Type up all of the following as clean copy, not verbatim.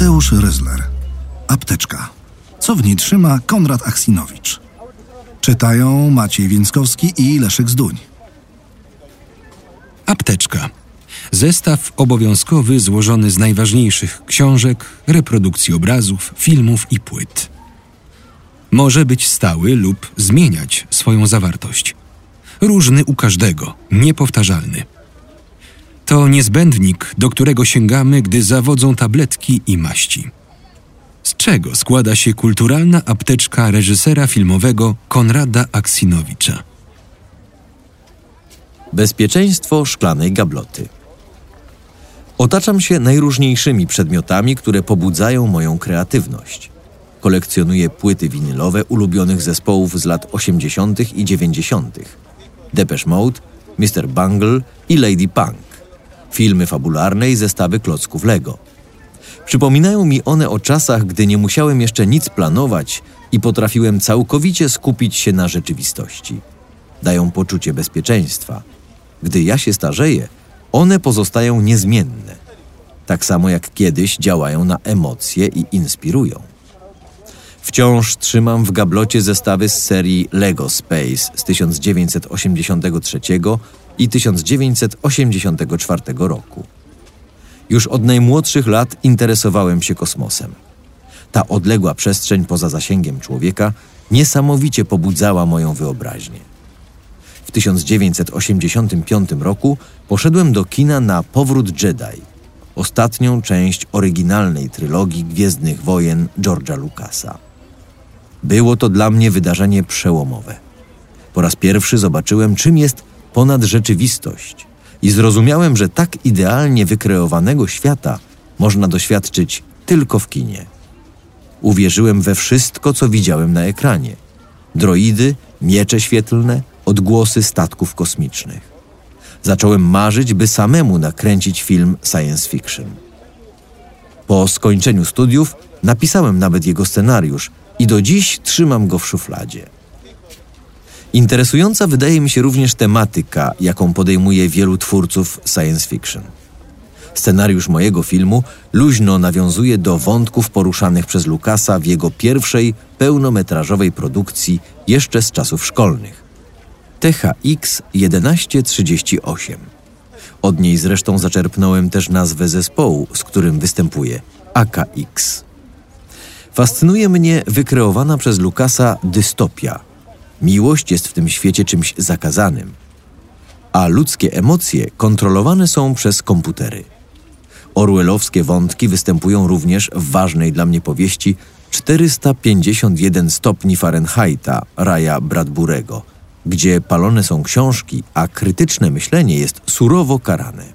Mateusz Ryzler. Apteczka. Co w niej trzyma Konrad Aksinowicz. Czytają Maciej Więckowski i Leszek Zduń. Apteczka. Zestaw obowiązkowy złożony z najważniejszych książek, reprodukcji obrazów, filmów i płyt. Może być stały lub zmieniać swoją zawartość. Różny u każdego, niepowtarzalny. To niezbędnik, do którego sięgamy, gdy zawodzą tabletki i maści. Z czego składa się kulturalna apteczka reżysera filmowego Konrada Aksinowicza? Bezpieczeństwo szklanej gabloty. Otaczam się najróżniejszymi przedmiotami, które pobudzają moją kreatywność. Kolekcjonuję płyty winylowe ulubionych zespołów z lat 80. i 90. Depeche Mode, Mr. Bungle i Lady Punk. Filmy fabularne i zestawy klocków Lego. Przypominają mi one o czasach, gdy nie musiałem jeszcze nic planować i potrafiłem całkowicie skupić się na rzeczywistości. Dają poczucie bezpieczeństwa. Gdy ja się starzeję, one pozostają niezmienne. Tak samo jak kiedyś działają na emocje i inspirują. Wciąż trzymam w gablocie zestawy z serii Lego Space z 1983 i 1984 roku. Już od najmłodszych lat interesowałem się kosmosem. Ta odległa przestrzeń poza zasięgiem człowieka niesamowicie pobudzała moją wyobraźnię. W 1985 roku poszedłem do kina na Powrót Jedi, ostatnią część oryginalnej trylogii Gwiezdnych Wojen George'a Lucasa. Było to dla mnie wydarzenie przełomowe. Po raz pierwszy zobaczyłem, czym jest ponadrzeczywistość i zrozumiałem, że tak idealnie wykreowanego świata można doświadczyć tylko w kinie. Uwierzyłem we wszystko, co widziałem na ekranie. Droidy, miecze świetlne, odgłosy statków kosmicznych. Zacząłem marzyć, by samemu nakręcić film science fiction. Po skończeniu studiów napisałem nawet jego scenariusz i do dziś trzymam go w szufladzie. Interesująca wydaje mi się również tematyka, jaką podejmuje wielu twórców science fiction. Scenariusz mojego filmu luźno nawiązuje do wątków poruszanych przez Lucasa w jego pierwszej pełnometrażowej produkcji jeszcze z czasów szkolnych. THX 1138. Od niej zresztą zaczerpnąłem też nazwę zespołu, z którym występuję, AKX. Fascynuje mnie wykreowana przez Lucasa dystopia. Miłość jest w tym świecie czymś zakazanym, a ludzkie emocje kontrolowane są przez komputery. Orwellowskie wątki występują również w ważnej dla mnie powieści 451 stopni Fahrenheita Raya Bradburego, gdzie palone są książki, a krytyczne myślenie jest surowo karane.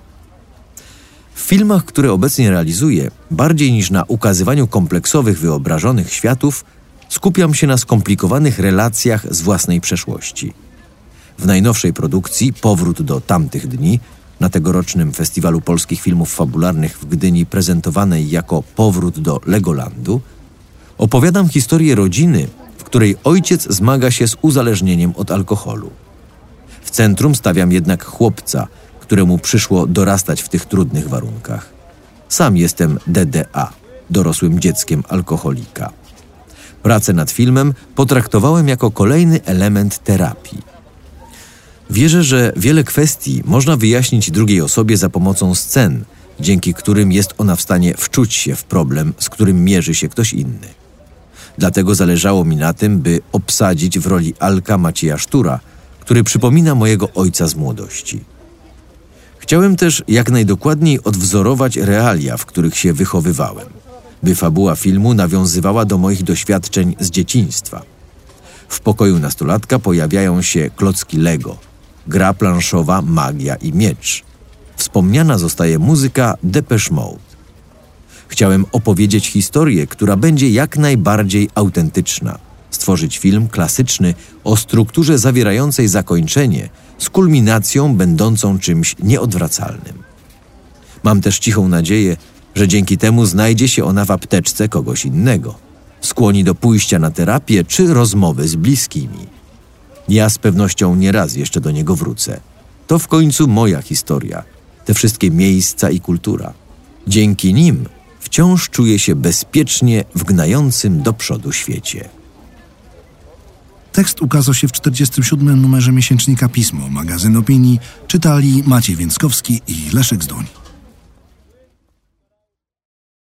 W filmach, które obecnie realizuję, bardziej niż na ukazywaniu kompleksowych, wyobrażonych światów, skupiam się na skomplikowanych relacjach z własnej przeszłości. W najnowszej produkcji Powrót do tamtych dni, na tegorocznym Festiwalu Polskich Filmów Fabularnych w Gdyni prezentowanej jako Powrót do Legolandu, opowiadam historię rodziny, w której ojciec zmaga się z uzależnieniem od alkoholu. W centrum stawiam jednak chłopca, któremu przyszło dorastać w tych trudnych warunkach. Sam jestem DDA, dorosłym dzieckiem alkoholika. Pracę nad filmem potraktowałem jako kolejny element terapii. Wierzę, że wiele kwestii można wyjaśnić drugiej osobie za pomocą scen, dzięki którym jest ona w stanie wczuć się w problem, z którym mierzy się ktoś inny. Dlatego zależało mi na tym, by obsadzić w roli Alka Macieja Sztura, który przypomina mojego ojca z młodości. Chciałem też jak najdokładniej odwzorować realia, w których się wychowywałem, by fabuła filmu nawiązywała do moich doświadczeń z dzieciństwa. W pokoju nastolatka pojawiają się klocki Lego, gra planszowa Magia i Miecz. Wspomniana zostaje muzyka Depeche Mode. Chciałem opowiedzieć historię, która będzie jak najbardziej autentyczna, stworzyć film klasyczny o strukturze zawierającej zakończenie z kulminacją będącą czymś nieodwracalnym. Mam też cichą nadzieję, że dzięki temu znajdzie się ona w apteczce kogoś innego. Skłoni do pójścia na terapię czy rozmowy z bliskimi. Ja z pewnością nie raz jeszcze do niego wrócę. To w końcu moja historia, te wszystkie miejsca i kultura. Dzięki nim wciąż czuje się bezpiecznie w gnającym do przodu świecie. Tekst ukazał się w 47. numerze miesięcznika Pismo, magazyn opinii. Czytali Maciej Więckowski i Leszek Zduń.